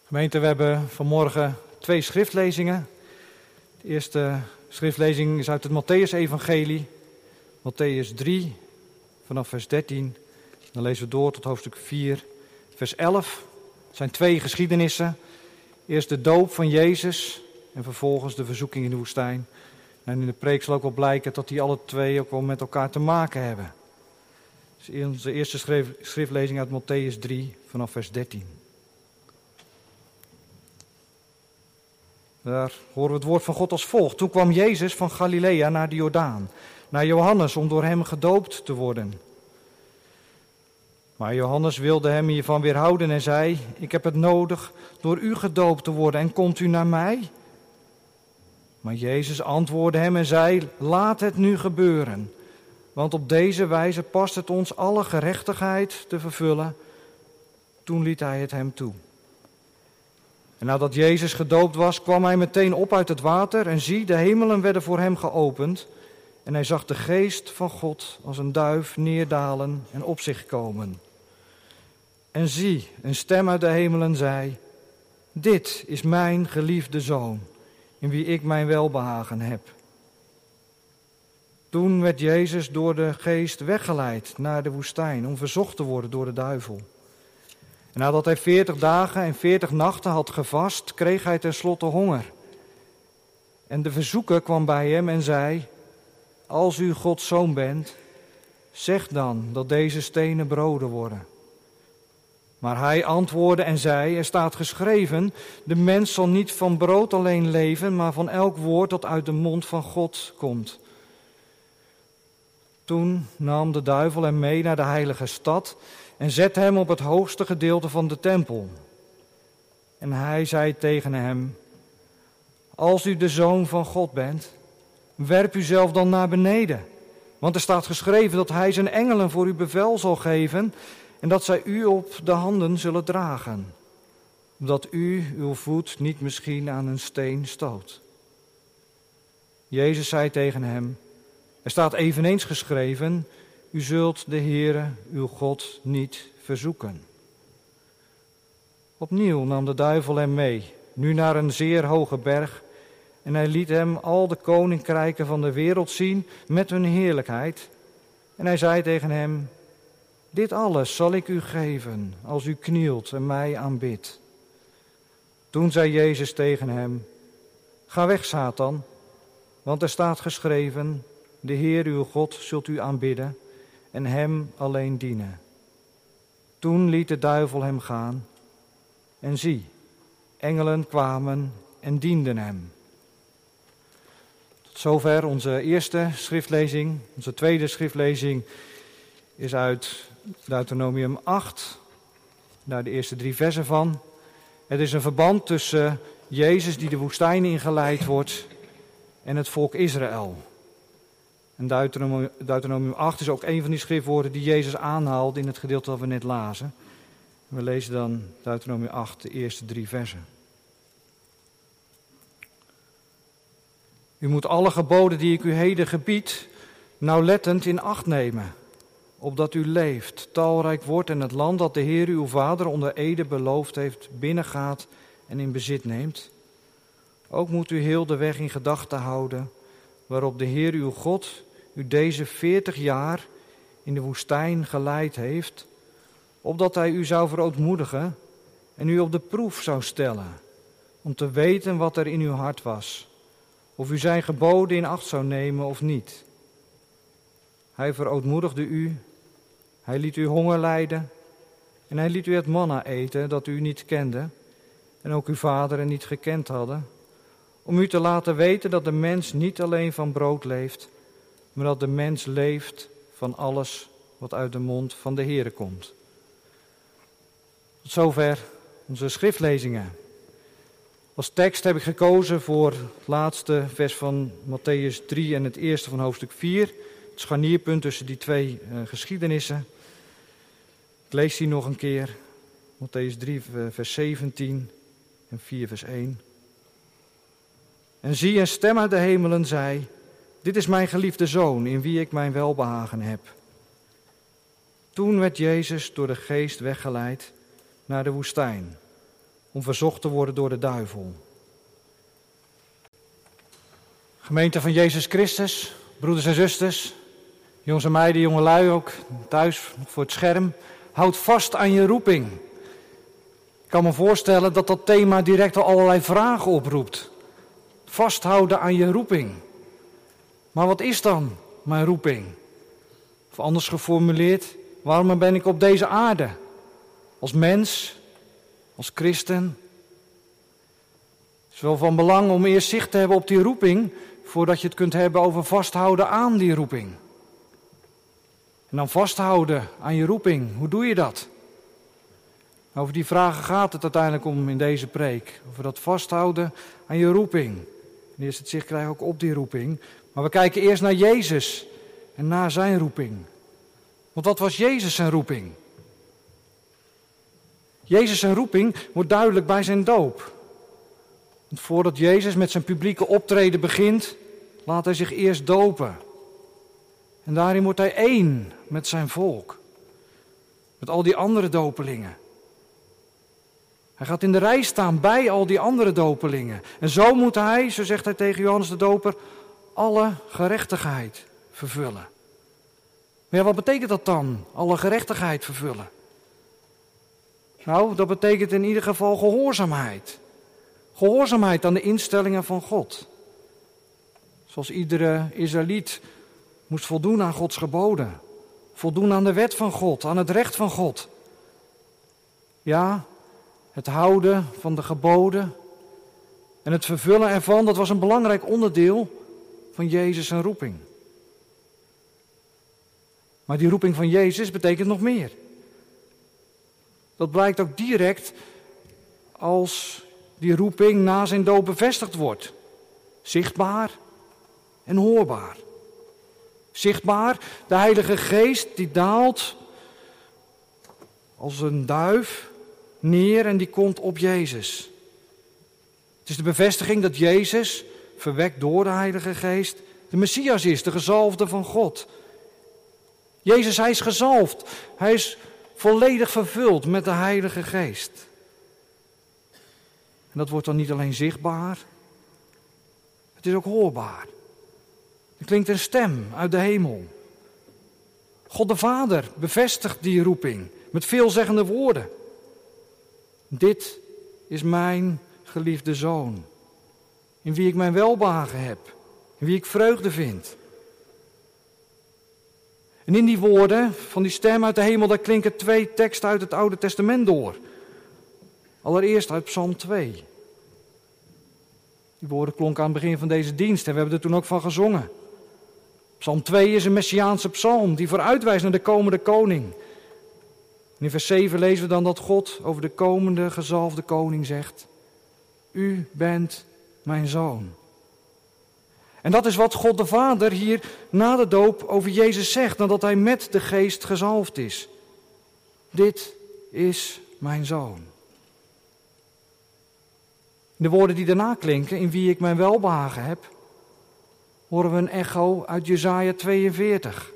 Gemeente, we hebben vanmorgen 2 schriftlezingen. De eerste schriftlezing is uit het Mattheüs-evangelie. Mattheüs 3, vanaf vers 13. Dan lezen we door tot hoofdstuk 4, vers 11. Het zijn 2 geschiedenissen. Eerst de doop van Jezus en vervolgens de verzoeking in de woestijn. En in de preek zal ook wel blijken dat die alle 2 ook wel met elkaar te maken hebben. Dus onze eerste schriftlezing uit Mattheüs 3, vanaf vers 13. Daar horen we het woord van God als volgt. Toen kwam Jezus van Galilea naar de Jordaan, naar Johannes om door hem gedoopt te worden. Maar Johannes wilde hem hiervan weerhouden en zei: ik heb het nodig door u gedoopt te worden en komt u naar mij? Maar Jezus antwoordde hem en zei: laat het nu gebeuren, want op deze wijze past het ons alle gerechtigheid te vervullen. Toen liet hij het hem toe. En nadat Jezus gedoopt was, kwam hij meteen op uit het water en zie, de hemelen werden voor hem geopend. En hij zag de geest van God als een duif neerdalen en op zich komen. En zie, een stem uit de hemelen zei: dit is mijn geliefde zoon, in wie ik mijn welbehagen heb. Toen werd Jezus door de geest weggeleid naar de woestijn om verzocht te worden door de duivel. En nadat hij 40 dagen en 40 nachten had gevast, kreeg hij tenslotte honger. En de verzoeker kwam bij hem en zei: als u Gods zoon bent, zeg dan dat deze stenen broden worden. Maar hij antwoordde en zei: er staat geschreven, de mens zal niet van brood alleen leven, maar van elk woord dat uit de mond van God komt. Toen nam de duivel hem mee naar de heilige stad en zette hem op het hoogste gedeelte van de tempel. En hij zei tegen hem: als u de zoon van God bent, werp u zelf dan naar beneden. Want er staat geschreven dat hij zijn engelen voor u bevel zal geven en dat zij u op de handen zullen dragen, opdat u uw voet niet misschien aan een steen stoot. Jezus zei tegen hem: er staat eveneens geschreven, u zult de Heere, uw God, niet verzoeken. Opnieuw nam de duivel hem mee, nu naar een zeer hoge berg, en hij liet hem al de koninkrijken van de wereld zien met hun heerlijkheid. En hij zei tegen hem: dit alles zal ik u geven, als u knielt en mij aanbidt. Toen zei Jezus tegen hem: ga weg, Satan, want er staat geschreven, de Heer uw God zult u aanbidden en hem alleen dienen. Toen liet de duivel hem gaan en zie, engelen kwamen en dienden hem. Tot zover onze eerste schriftlezing. Onze tweede schriftlezing is uit Deuteronomium 8, daar de eerste 3 versen van. Het is een verband tussen Jezus die de woestijn ingeleid wordt en het volk Israël. En Deuteronomium 8 is ook een van die schriftwoorden die Jezus aanhaalde in het gedeelte dat we net lazen. We lezen dan Deuteronomium 8, de eerste 3 versen. U moet alle geboden die ik u heden gebied nauwlettend in acht nemen, opdat u leeft, talrijk wordt en het land dat de Heer uw vader onder ede beloofd heeft binnengaat en in bezit neemt. Ook moet u heel de weg in gedachten houden waarop de Heer uw God u deze 40 jaar in de woestijn geleid heeft, opdat hij u zou verootmoedigen en u op de proef zou stellen, om te weten wat er in uw hart was, of u zijn geboden in acht zou nemen of niet. Hij verootmoedigde u, hij liet u honger lijden en hij liet u het manna eten dat u niet kende en ook uw vaderen niet gekend hadden, om u te laten weten dat de mens niet alleen van brood leeft, maar dat de mens leeft van alles wat uit de mond van de Heere komt. Tot zover onze schriftlezingen. Als tekst heb ik gekozen voor het laatste vers van Mattheüs 3 en het eerste van hoofdstuk 4. Het scharnierpunt tussen die 2 geschiedenissen. Ik lees die nog een keer. Mattheüs 3 vers 17 en 4 vers 1. En zie, een stem uit de hemelen zei: dit is mijn geliefde zoon, in wie ik mijn welbehagen heb. Toen werd Jezus door de geest weggeleid naar de woestijn, om verzocht te worden door de duivel. Gemeente van Jezus Christus, broeders en zusters, jongens en meiden, jongelui ook thuis voor het scherm. Houd vast aan je roeping. Ik kan me voorstellen dat dat thema direct al allerlei vragen oproept. Vasthouden aan je roeping. Maar wat is dan mijn roeping? Of anders geformuleerd, waarom ben ik op deze aarde? Als mens, als christen. Het is wel van belang om eerst zicht te hebben op die roeping, voordat je het kunt hebben over vasthouden aan die roeping. En dan vasthouden aan je roeping, hoe doe je dat? Over die vragen gaat het uiteindelijk om in deze preek. Over dat vasthouden aan je roeping. En eerst het zicht krijgen ook op die roeping. Maar we kijken eerst naar Jezus en naar zijn roeping. Want wat was Jezus zijn roeping? Jezus zijn roeping wordt duidelijk bij zijn doop. Want voordat Jezus met zijn publieke optreden begint, laat hij zich eerst dopen. En daarin wordt hij één met zijn volk. Met al die andere dopelingen. Hij gaat in de rij staan bij al die andere dopelingen. En zo moet hij, zo zegt hij tegen Johannes de Doper, alle gerechtigheid vervullen. Maar ja, wat betekent dat dan, alle gerechtigheid vervullen? Nou, dat betekent in ieder geval gehoorzaamheid. Gehoorzaamheid aan de instellingen van God. Zoals iedere Israëliet moest voldoen aan Gods geboden. Voldoen aan de wet van God, aan het recht van God. Ja, het houden van de geboden en het vervullen ervan, dat was een belangrijk onderdeel van Jezus zijn roeping. Maar die roeping van Jezus betekent nog meer. Dat blijkt ook direct als die roeping na zijn doop bevestigd wordt. Zichtbaar en hoorbaar. Zichtbaar, de Heilige Geest die daalt als een duif neer en die komt op Jezus. Het is de bevestiging dat Jezus, verwekt door de Heilige Geest, de Messias is, de gezalfde van God. Jezus, hij is gezalfd. Hij is volledig vervuld met de Heilige Geest. En dat wordt dan niet alleen zichtbaar, het is ook hoorbaar. Er klinkt een stem uit de hemel. God de Vader bevestigt die roeping met veelzeggende woorden. Dit is mijn geliefde Zoon, in wie ik mijn welbehagen heb, in wie ik vreugde vind. En in die woorden van die stem uit de hemel, daar klinken 2 teksten uit het Oude Testament door. Allereerst uit Psalm 2. Die woorden klonken aan het begin van deze dienst en we hebben er toen ook van gezongen. Psalm 2 is een messiaanse psalm die vooruitwijst naar de komende koning. En in vers 7 lezen we dan dat God over de komende gezalfde koning zegt: U bent mijn zoon. En dat is wat God de Vader hier na de doop over Jezus zegt, nadat hij met de Geest gezalfd is. Dit is mijn zoon. In de woorden die daarna klinken, in wie ik mijn welbehagen heb, horen we een echo uit Jesaja 42.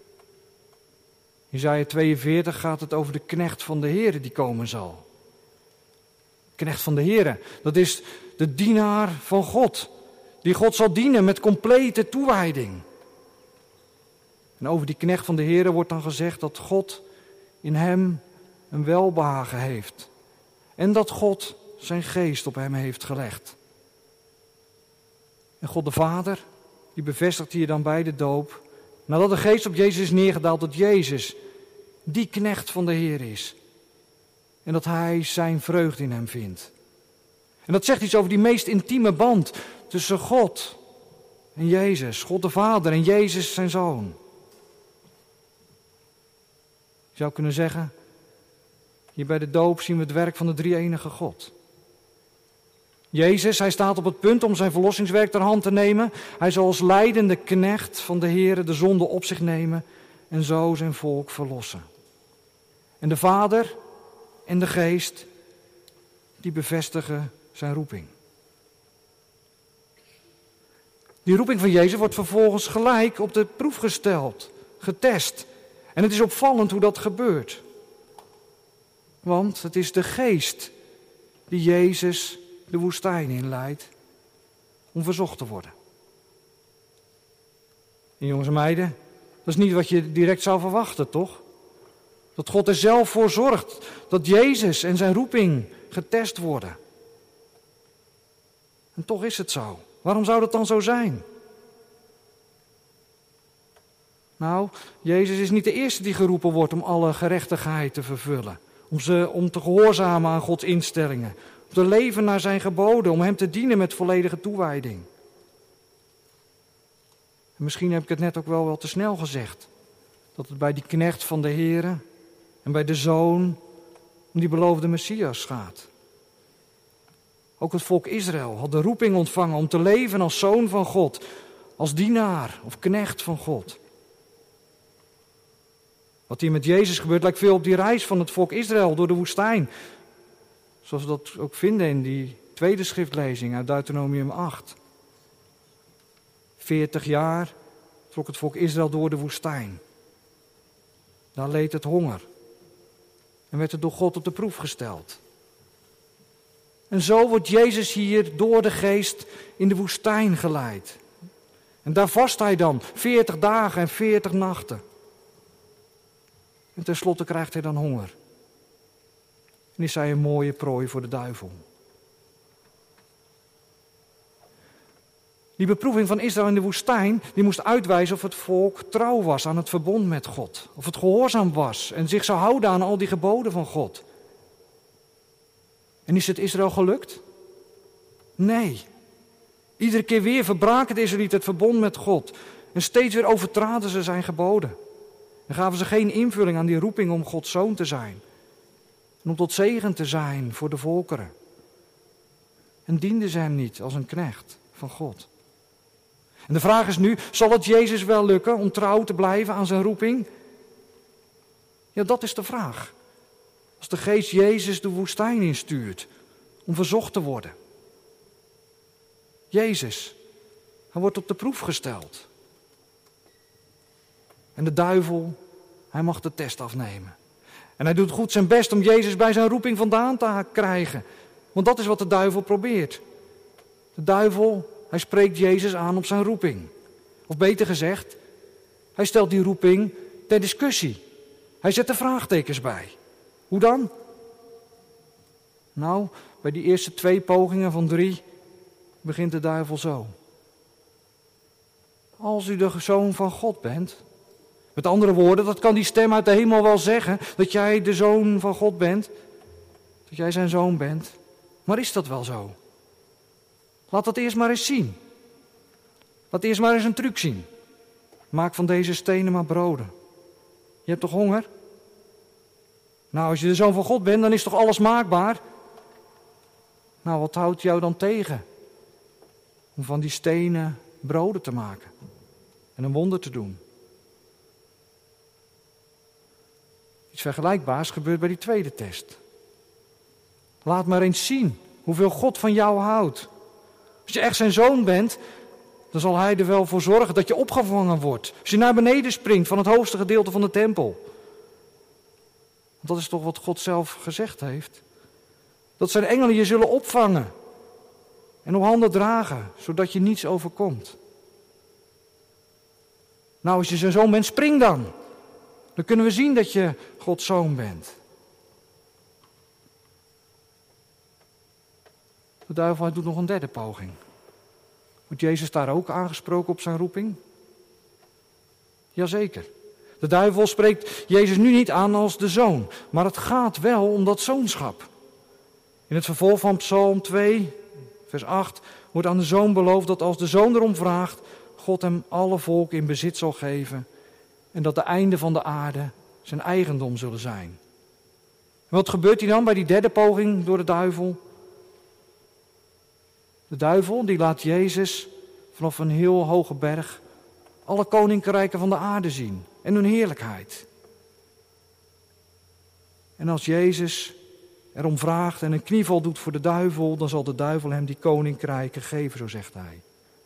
Jesaja 42 gaat het over de knecht van de Heere die komen zal. Knecht van de Heere, dat is de dienaar van God, die God zal dienen met complete toewijding. En over die knecht van de Heere wordt dan gezegd dat God in hem een welbehagen heeft. En dat God zijn geest op hem heeft gelegd. En God de Vader, die bevestigt hier dan bij de doop, nadat de geest op Jezus is neergedaald, dat Jezus die knecht van de Heer is. En dat hij zijn vreugde in hem vindt. En dat zegt iets over die meest intieme band tussen God en Jezus. God de Vader en Jezus zijn Zoon. Je zou kunnen zeggen, hier bij de doop zien we het werk van de drie-enige God. Jezus, hij staat op het punt om zijn verlossingswerk ter hand te nemen. Hij zal als leidende knecht van de Heer de zonde op zich nemen en zo zijn volk verlossen. En de Vader en de Geest, die bevestigen zijn roeping. Die roeping van Jezus wordt vervolgens gelijk op de proef gesteld, getest. En het is opvallend hoe dat gebeurt. Want het is de Geest die Jezus de woestijn inleidt om verzocht te worden. En jongens en meiden, dat is niet wat je direct zou verwachten, toch? Dat God er zelf voor zorgt dat Jezus en zijn roeping getest worden. En toch is het zo. Waarom zou dat dan zo zijn? Nou, Jezus is niet de eerste die geroepen wordt om alle gerechtigheid te vervullen. Om te gehoorzamen aan Gods instellingen. Om te leven naar zijn geboden. Om hem te dienen met volledige toewijding. En misschien heb ik het net ook wel te snel gezegd. Dat het bij die knecht van de Here en bij de zoon om die beloofde Messias gaat. Ook het volk Israël had de roeping ontvangen om te leven als zoon van God. Als dienaar of knecht van God. Wat hier met Jezus gebeurt lijkt veel op die reis van het volk Israël door de woestijn. Zoals we dat ook vinden in die tweede schriftlezing uit Deuteronomium 8. 40 jaar trok het volk Israël door de woestijn. Daar leed het honger. En werd het door God op de proef gesteld. En zo wordt Jezus hier door de geest in de woestijn geleid. En daar vast hij dan 40 dagen en 40 nachten. En tenslotte krijgt hij dan honger. En is hij een mooie prooi voor de duivel. Die beproeving van Israël in de woestijn, die moest uitwijzen of het volk trouw was aan het verbond met God. Of het gehoorzaam was en zich zou houden aan al die geboden van God. En is het Israël gelukt? Nee. Iedere keer weer verbraken de Israëlieten het verbond met God. En steeds weer overtraden ze zijn geboden. En gaven ze geen invulling aan die roeping om Gods zoon te zijn. En om tot zegen te zijn voor de volkeren. En dienden ze hem niet als een knecht van God. En de vraag is nu, zal het Jezus wel lukken om trouw te blijven aan zijn roeping? Ja, dat is de vraag. Als de geest Jezus de woestijn instuurt om verzocht te worden. Jezus, hij wordt op de proef gesteld. En de duivel, hij mag de test afnemen. En hij doet goed zijn best om Jezus bij zijn roeping vandaan te krijgen. Want dat is wat de duivel probeert. De duivel, hij spreekt Jezus aan op zijn roeping. Of beter gezegd, hij stelt die roeping ter discussie. Hij zet er vraagtekens bij. Hoe dan? Nou, bij die eerste 2 pogingen van 3 begint de duivel zo. Als u de zoon van God bent. Met andere woorden, dat kan die stem uit de hemel wel zeggen, dat jij de zoon van God bent. Dat jij zijn zoon bent. Maar is dat wel zo? Laat dat eerst maar eens zien. Laat eerst maar eens een truc zien. Maak van deze stenen maar broden. Je hebt toch honger? Nou, als je de zoon van God bent, dan is toch alles maakbaar? Nou, wat houdt jou dan tegen? Om van die stenen broden te maken. En een wonder te doen. Iets vergelijkbaars gebeurt bij die tweede test. Laat maar eens zien hoeveel God van jou houdt. Als je echt zijn zoon bent, dan zal hij er wel voor zorgen dat je opgevangen wordt. Als je naar beneden springt van het hoogste gedeelte van de tempel. Want dat is toch wat God zelf gezegd heeft. Dat zijn engelen je zullen opvangen. En op handen dragen, zodat je niets overkomt. Nou, als je zijn zoon bent, spring dan. Dan kunnen we zien dat je Gods zoon bent. De duivel doet nog een derde poging. Wordt Jezus daar ook aangesproken op zijn roeping? Jazeker. De duivel spreekt Jezus nu niet aan als de zoon. Maar het gaat wel om dat zoonschap. In het vervolg van Psalm 2, vers 8, wordt aan de zoon beloofd dat als de zoon erom vraagt, God hem alle volken in bezit zal geven. En dat de einden van de aarde zijn eigendom zullen zijn. En wat gebeurt hier dan bij die derde poging door de duivel? De duivel die laat Jezus vanaf een heel hoge berg alle koninkrijken van de aarde zien en hun heerlijkheid. En als Jezus erom vraagt en een knieval doet voor de duivel, dan zal de duivel hem die koninkrijken geven, zo zegt hij.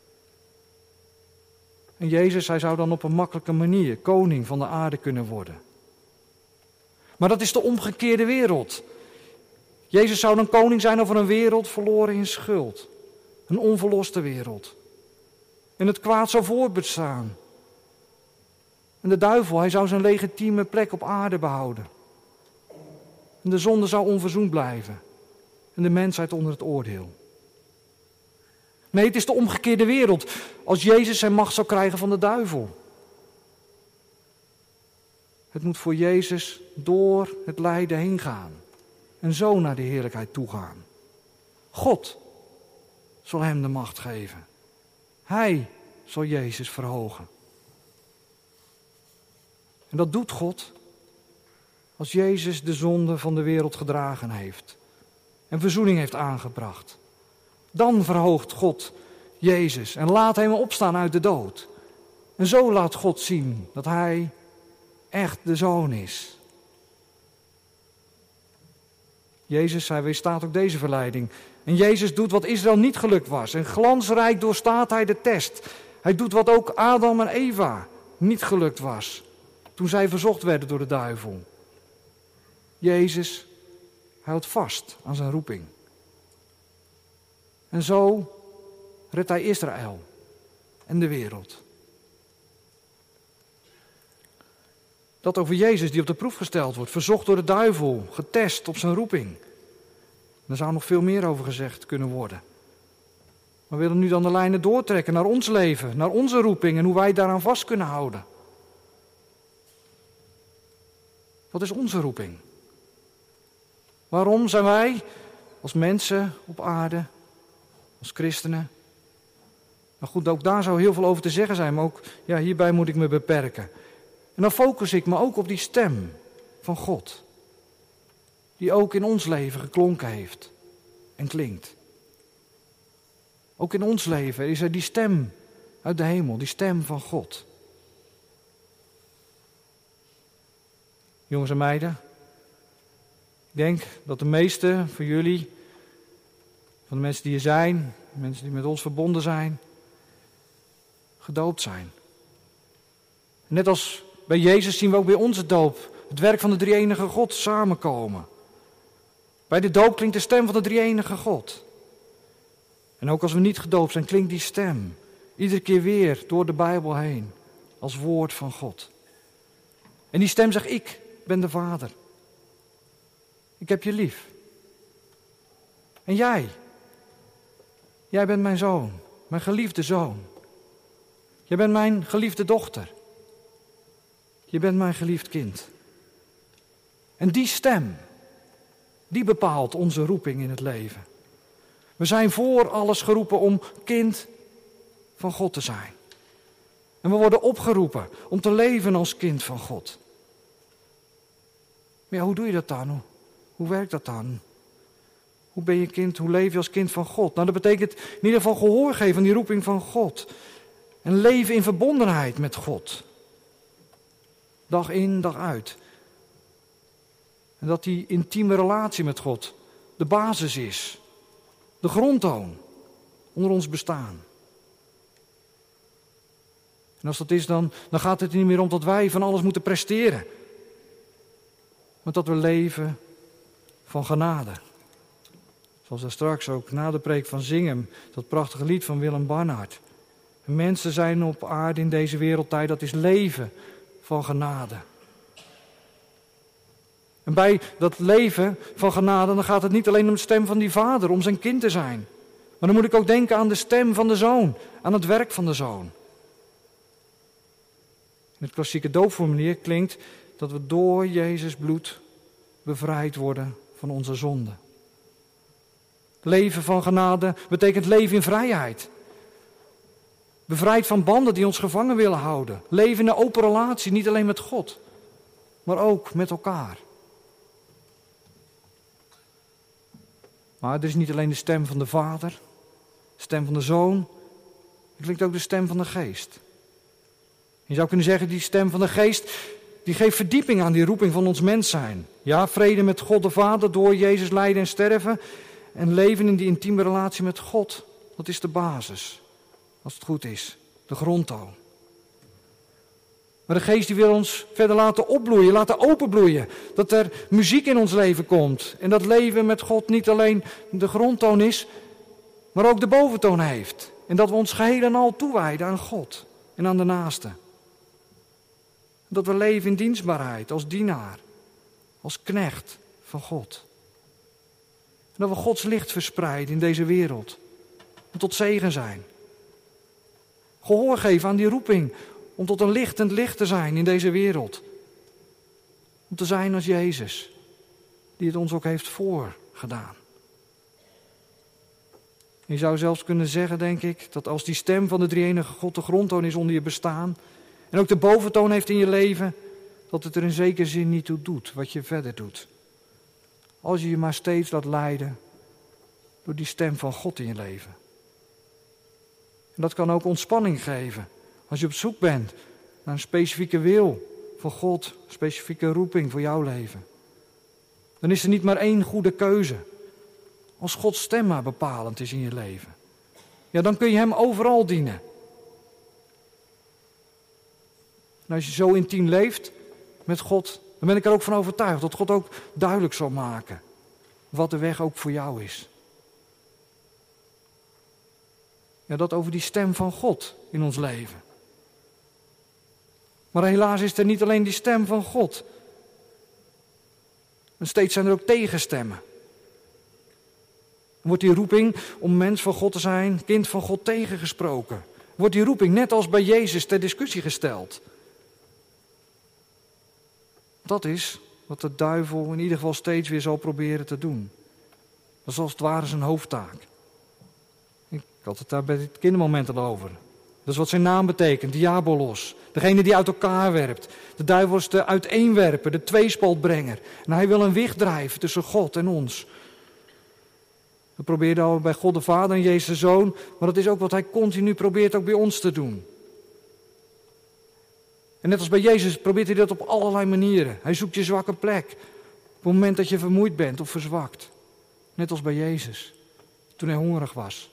En Jezus, hij zou dan op een makkelijke manier koning van de aarde kunnen worden. Maar dat is de omgekeerde wereld. Jezus zou dan koning zijn over een wereld verloren in schuld. Een onverloste wereld. En het kwaad zou voortbestaan. En de duivel, hij zou zijn legitieme plek op aarde behouden. En de zonde zou onverzoend blijven. En de mensheid onder het oordeel. Nee, het is de omgekeerde wereld. Als Jezus zijn macht zou krijgen van de duivel. Het moet voor Jezus door het lijden heen gaan. En zo naar de heerlijkheid toe gaan. God zal hem de macht geven. Hij zal Jezus verhogen. En dat doet God als Jezus de zonde van de wereld gedragen heeft. En verzoening heeft aangebracht. Dan verhoogt God Jezus en laat hem opstaan uit de dood. En zo laat God zien dat hij echt de Zoon is. Jezus, hij weerstaat ook deze verleiding. En Jezus doet wat Israël niet gelukt was. En glansrijk doorstaat hij de test. Hij doet wat ook Adam en Eva niet gelukt was. Toen zij verzocht werden door de duivel. Jezus houdt vast aan zijn roeping. En zo redt hij Israël en de wereld. Dat over Jezus die op de proef gesteld wordt, verzocht door de duivel, getest op zijn roeping. Er zou nog veel meer over gezegd kunnen worden. Maar we willen nu dan de lijnen doortrekken naar ons leven, naar onze roeping en hoe wij daaraan vast kunnen houden. Wat is onze roeping? Waarom zijn wij als mensen op aarde, als christenen? Nou goed, ook daar zou heel veel over te zeggen zijn, maar ook hierbij moet ik me beperken. En dan focus ik me ook op die stem van God. Die ook in ons leven geklonken heeft en klinkt. Ook in ons leven is er die stem uit de hemel, die stem van God. Jongens en meiden, ik denk dat de meeste van jullie, van de mensen die hier zijn, de mensen die met ons verbonden zijn, gedoopt zijn. Net als bij Jezus zien we ook bij onze doop het werk van de drie-enige God samenkomen. Bij de doop klinkt de stem van de drie-enige God. En ook als we niet gedoopt zijn, klinkt die stem iedere keer weer door de Bijbel heen als woord van God. En die stem zegt, ik ben de Vader. Ik heb je lief. En jij bent mijn zoon, mijn geliefde zoon. Jij bent mijn geliefde dochter. Je bent mijn geliefd kind. En die stem, die bepaalt onze roeping in het leven. We zijn voor alles geroepen om kind van God te zijn. En we worden opgeroepen om te leven als kind van God. Maar hoe doe je dat dan? Hoe werkt dat dan? Hoe ben je kind? Hoe leef je als kind van God? Nou, dat betekent in ieder geval gehoor geven aan die roeping van God. En leven in verbondenheid met God. Dag in, dag uit. En dat die intieme relatie met God de basis is. De grondtoon onder ons bestaan. En als dat is, dan gaat het er niet meer om dat wij van alles moeten presteren. Maar dat we leven van genade. Zoals daar straks ook na de preek van Zingem, dat prachtige lied van Willem Barnard. En mensen zijn op aarde in deze wereldtijd, dat is leven van genade. En bij dat leven van genade, dan gaat het niet alleen om de stem van die vader, om zijn kind te zijn. Maar dan moet ik ook denken aan de stem van de zoon, aan het werk van de zoon. In het klassieke doopformulier klinkt dat we door Jezus bloed bevrijd worden van onze zonde. Leven van genade betekent leven in vrijheid. Bevrijd van banden die ons gevangen willen houden. Leven in een open relatie, niet alleen met God, maar ook met elkaar. Maar er is niet alleen de stem van de Vader, de stem van de Zoon, er klinkt ook de stem van de Geest. Je zou kunnen zeggen, die stem van de Geest, die geeft verdieping aan die roeping van ons mens zijn. Ja, vrede met God de Vader door Jezus lijden en sterven. En leven in die intieme relatie met God, dat is de basis. Als het goed is, de grondtoon. Maar de Geest die wil ons verder laten opbloeien, laten openbloeien. Dat er muziek in ons leven komt. En dat leven met God niet alleen de grondtoon is, maar ook de boventoon heeft. En dat we ons geheel en al toewijden aan God en aan de naaste. Dat we leven in dienstbaarheid, als dienaar, als knecht van God. En dat we Gods licht verspreiden in deze wereld. En tot zegen zijn. Gehoor geven aan die roeping om tot een lichtend licht te zijn in deze wereld. Om te zijn als Jezus, die het ons ook heeft voorgedaan. Je zou zelfs kunnen zeggen, denk ik, dat als die stem van de drie-enige God de grondtoon is onder je bestaan en ook de boventoon heeft in je leven, dat het er in zekere zin niet toe doet wat je verder doet. Als je je maar steeds laat leiden door die stem van God in je leven. En dat kan ook ontspanning geven. Als je op zoek bent naar een specifieke wil van God, een specifieke roeping voor jouw leven. Dan is er niet maar één goede keuze. Als Gods stem maar bepalend is in je leven. Ja, dan kun je Hem overal dienen. En als je zo intiem leeft met God, dan ben ik er ook van overtuigd dat God ook duidelijk zal maken wat de weg ook voor jou is. Ja, dat over die stem van God in ons leven. Maar helaas is er niet alleen die stem van God. En steeds zijn er ook tegenstemmen. Wordt die roeping om mens van God te zijn, kind van God tegengesproken? Wordt die roeping net als bij Jezus ter discussie gesteld? Dat is wat de duivel in ieder geval steeds weer zal proberen te doen. Dat is als het ware zijn hoofdtaak. Ik had het daar bij het kindermoment al over. Dat is wat zijn naam betekent, diabolos. Degene die uit elkaar werpt. De duivel is de uiteenwerper, de tweespaltbrenger. En hij wil een wicht drijven tussen God en ons. Dat probeerde al bij God de Vader en Jezus de Zoon. Maar dat is ook wat hij continu probeert ook bij ons te doen. En net als bij Jezus probeert hij dat op allerlei manieren. Hij zoekt je zwakke plek. Op het moment dat je vermoeid bent of verzwakt. Net als bij Jezus. Toen hij hongerig was.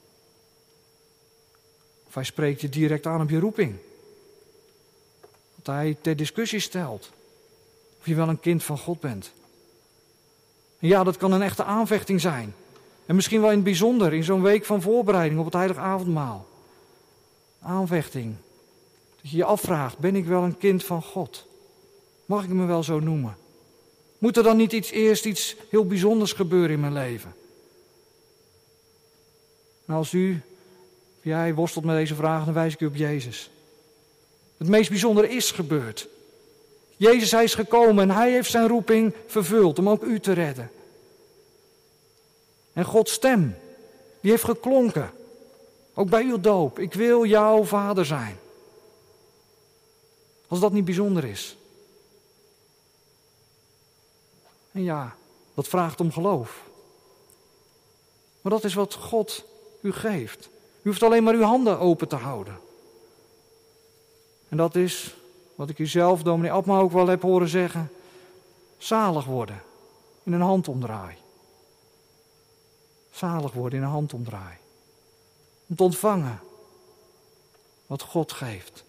Of hij spreekt je direct aan op je roeping. Dat hij ter discussie stelt. Of je wel een kind van God bent. En ja, dat kan een echte aanvechting zijn. En misschien wel in het bijzonder in zo'n week van voorbereiding op het heilige avondmaal. Aanvechting. Dat je je afvraagt, ben ik wel een kind van God? Mag ik me wel zo noemen? Moet er dan niet eerst iets heel bijzonders gebeuren in mijn leven? En als jij worstelt met deze vraag, dan wijs ik u op Jezus. Het meest bijzondere is gebeurd. Jezus, hij is gekomen en hij heeft zijn roeping vervuld om ook u te redden. En Gods stem, die heeft geklonken. Ook bij uw doop. Ik wil jouw vader zijn. Als dat niet bijzonder is. En ja, dat vraagt om geloof. Maar dat is wat God u geeft. U hoeft alleen maar uw handen open te houden. En dat is wat ik u zelf, dominee Abma, ook wel heb horen zeggen. Zalig worden in een handomdraai. Zalig worden in een handomdraai. Om te ontvangen wat God geeft.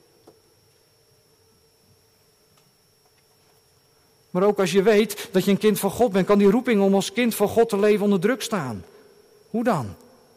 Maar ook als je weet dat je een kind van God bent, kan die roeping om als kind van God te leven onder druk staan. Hoe dan?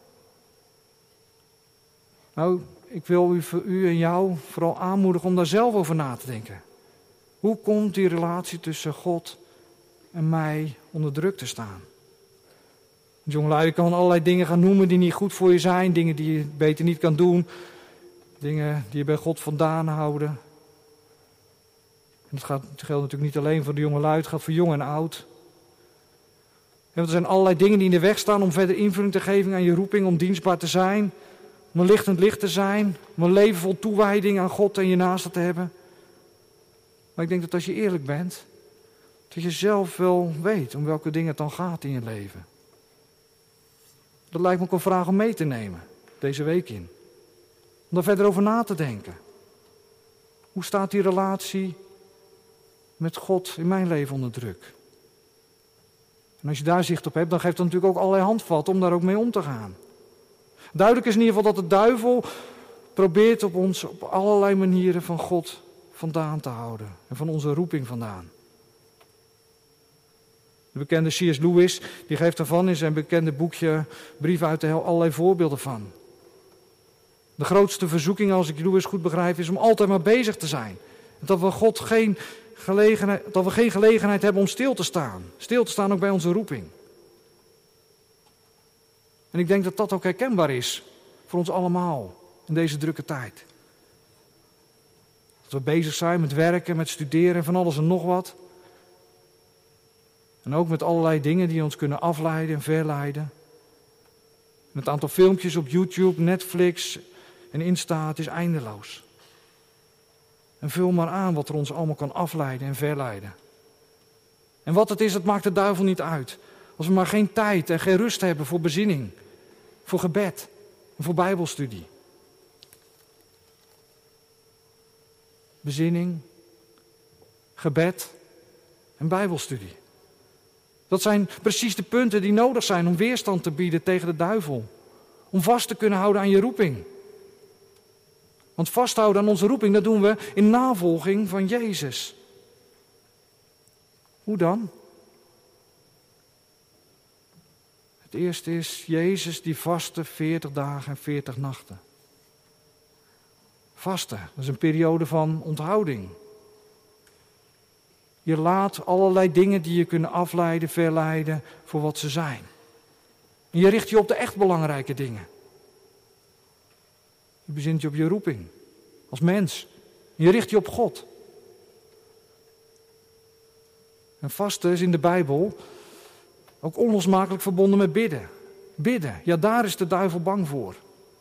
Nou, ik wil u en jou vooral aanmoedigen om daar zelf over na te denken. Hoe komt die relatie tussen God en mij onder druk te staan? De jongelui kan allerlei dingen gaan noemen die niet goed voor je zijn. Dingen die je beter niet kan doen. Dingen die je bij God vandaan houden. En dat geldt natuurlijk niet alleen voor de jongelui, het gaat voor jong en oud. En er zijn allerlei dingen die in de weg staan om verder invulling te geven aan je roeping, om dienstbaar te zijn. Om een lichtend licht te zijn. Om een leven vol toewijding aan God en je naaste te hebben. Maar ik denk dat als je eerlijk bent, dat je zelf wel weet om welke dingen het dan gaat in je leven. Dat lijkt me ook een vraag om mee te nemen, deze week in. Om daar verder over na te denken. Hoe staat die relatie met God in mijn leven onder druk? En als je daar zicht op hebt, dan geeft dat natuurlijk ook allerlei handvatten om daar ook mee om te gaan. Duidelijk is in ieder geval dat de duivel probeert op ons op allerlei manieren van God vandaan te houden en van onze roeping vandaan. De bekende C.S. Lewis die geeft daarvan in zijn bekende boekje Brieven uit de Hel allerlei voorbeelden van. De grootste verzoeking, als ik Lewis goed begrijp, is om altijd maar bezig te zijn. Dat we geen gelegenheid hebben om stil te staan. Stil te staan ook bij onze roeping. En ik denk dat dat ook herkenbaar is voor ons allemaal in deze drukke tijd. Dat we bezig zijn met werken, met studeren en van alles en nog wat. En ook met allerlei dingen die ons kunnen afleiden en verleiden. En het aantal filmpjes op YouTube, Netflix en Insta, het is eindeloos. En vul maar aan wat er ons allemaal kan afleiden en verleiden. En wat het is, dat maakt de duivel niet uit. Als we maar geen tijd en geen rust hebben voor bezinning, voor gebed en voor bijbelstudie. Bezinning, gebed en bijbelstudie. Dat zijn precies de punten die nodig zijn om weerstand te bieden tegen de duivel. Om vast te kunnen houden aan je roeping. Want vasthouden aan onze roeping, dat doen we in navolging van Jezus. Hoe dan? Het eerste is Jezus die vastte 40 dagen en 40 nachten. Vasten, dat is een periode van onthouding. Je laat allerlei dingen die je kunnen afleiden, verleiden voor wat ze zijn. En je richt je op de echt belangrijke dingen. Je bezint je op je roeping als mens. En je richt je op God. En vasten is in de Bijbel ook onlosmakelijk verbonden met bidden. Bidden, ja, daar is de duivel bang voor.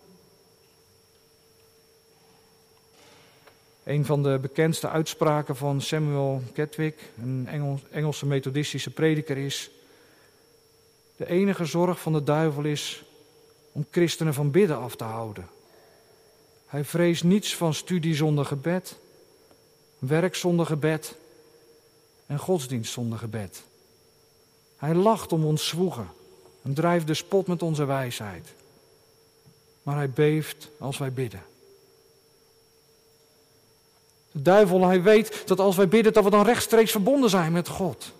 Een van de bekendste uitspraken van Samuel Chadwick, een Engelse methodistische prediker, is: de enige zorg van de duivel is om christenen van bidden af te houden. Hij vreest niets van studie zonder gebed, werk zonder gebed en godsdienst zonder gebed. Hij lacht om ons zwoegen en drijft de spot met onze wijsheid. Maar hij beeft als wij bidden. De duivel, hij weet dat als wij bidden, dat we dan rechtstreeks verbonden zijn met God.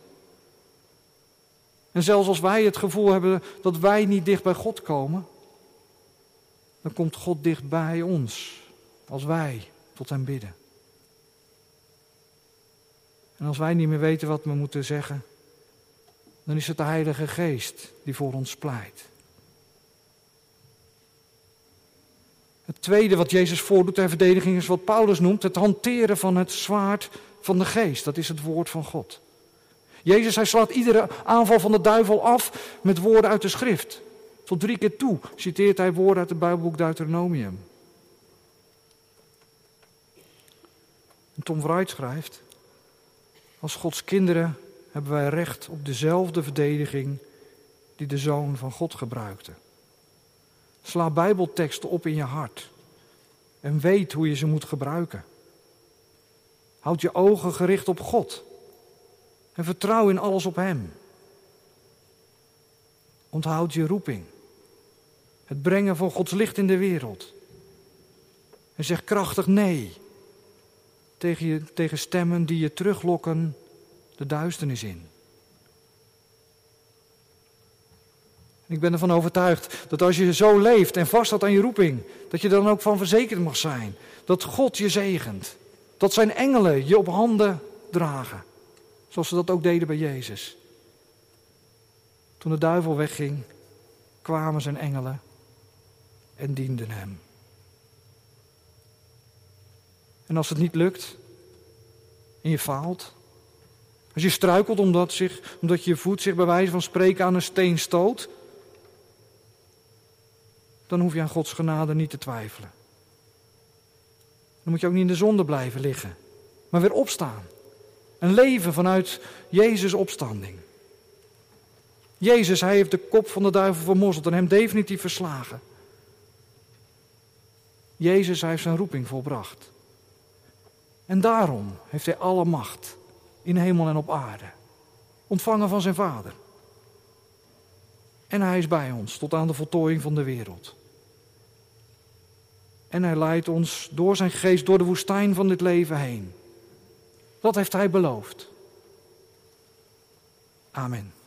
En zelfs als wij het gevoel hebben dat wij niet dicht bij God komen, dan komt God dicht bij ons, als wij tot hem bidden. En als wij niet meer weten wat we moeten zeggen, dan is het de Heilige Geest die voor ons pleit. Het tweede wat Jezus voordoet ter verdediging is wat Paulus noemt het hanteren van het zwaard van de geest. Dat is het woord van God. Jezus, hij slaat iedere aanval van de duivel af met woorden uit de schrift. Tot 3 keer toe citeert hij woorden uit het Bijbelboek Deuteronomium. En Tom Wright schrijft: als Gods kinderen hebben wij recht op dezelfde verdediging die de Zoon van God gebruikte. Sla Bijbelteksten op in je hart en weet hoe je ze moet gebruiken. Houd je ogen gericht op God en vertrouw in alles op Hem. Onthoud je roeping, het brengen van Gods licht in de wereld. En zeg krachtig nee tegen stemmen die je teruglokken de duisternis in. Ik ben ervan overtuigd dat als je zo leeft en vasthoudt aan je roeping, dat je er dan ook van verzekerd mag zijn dat God je zegent. Dat zijn engelen je op handen dragen. Zoals ze dat ook deden bij Jezus. Toen de duivel wegging, kwamen zijn engelen en dienden hem. En als het niet lukt en je faalt, als je struikelt omdat je voet zich bij wijze van spreken aan een steen stoot, dan hoef je aan Gods genade niet te twijfelen. Dan moet je ook niet in de zonde blijven liggen, maar weer opstaan. En leven vanuit Jezus' opstanding. Jezus, hij heeft de kop van de duivel vermorzeld en hem definitief verslagen. Jezus, hij heeft zijn roeping volbracht. En daarom heeft hij alle macht in hemel en op aarde. Ontvangen van zijn Vader. En hij is bij ons tot aan de voltooiing van de wereld. En hij leidt ons door zijn geest door de woestijn van dit leven heen. Dat heeft hij beloofd. Amen.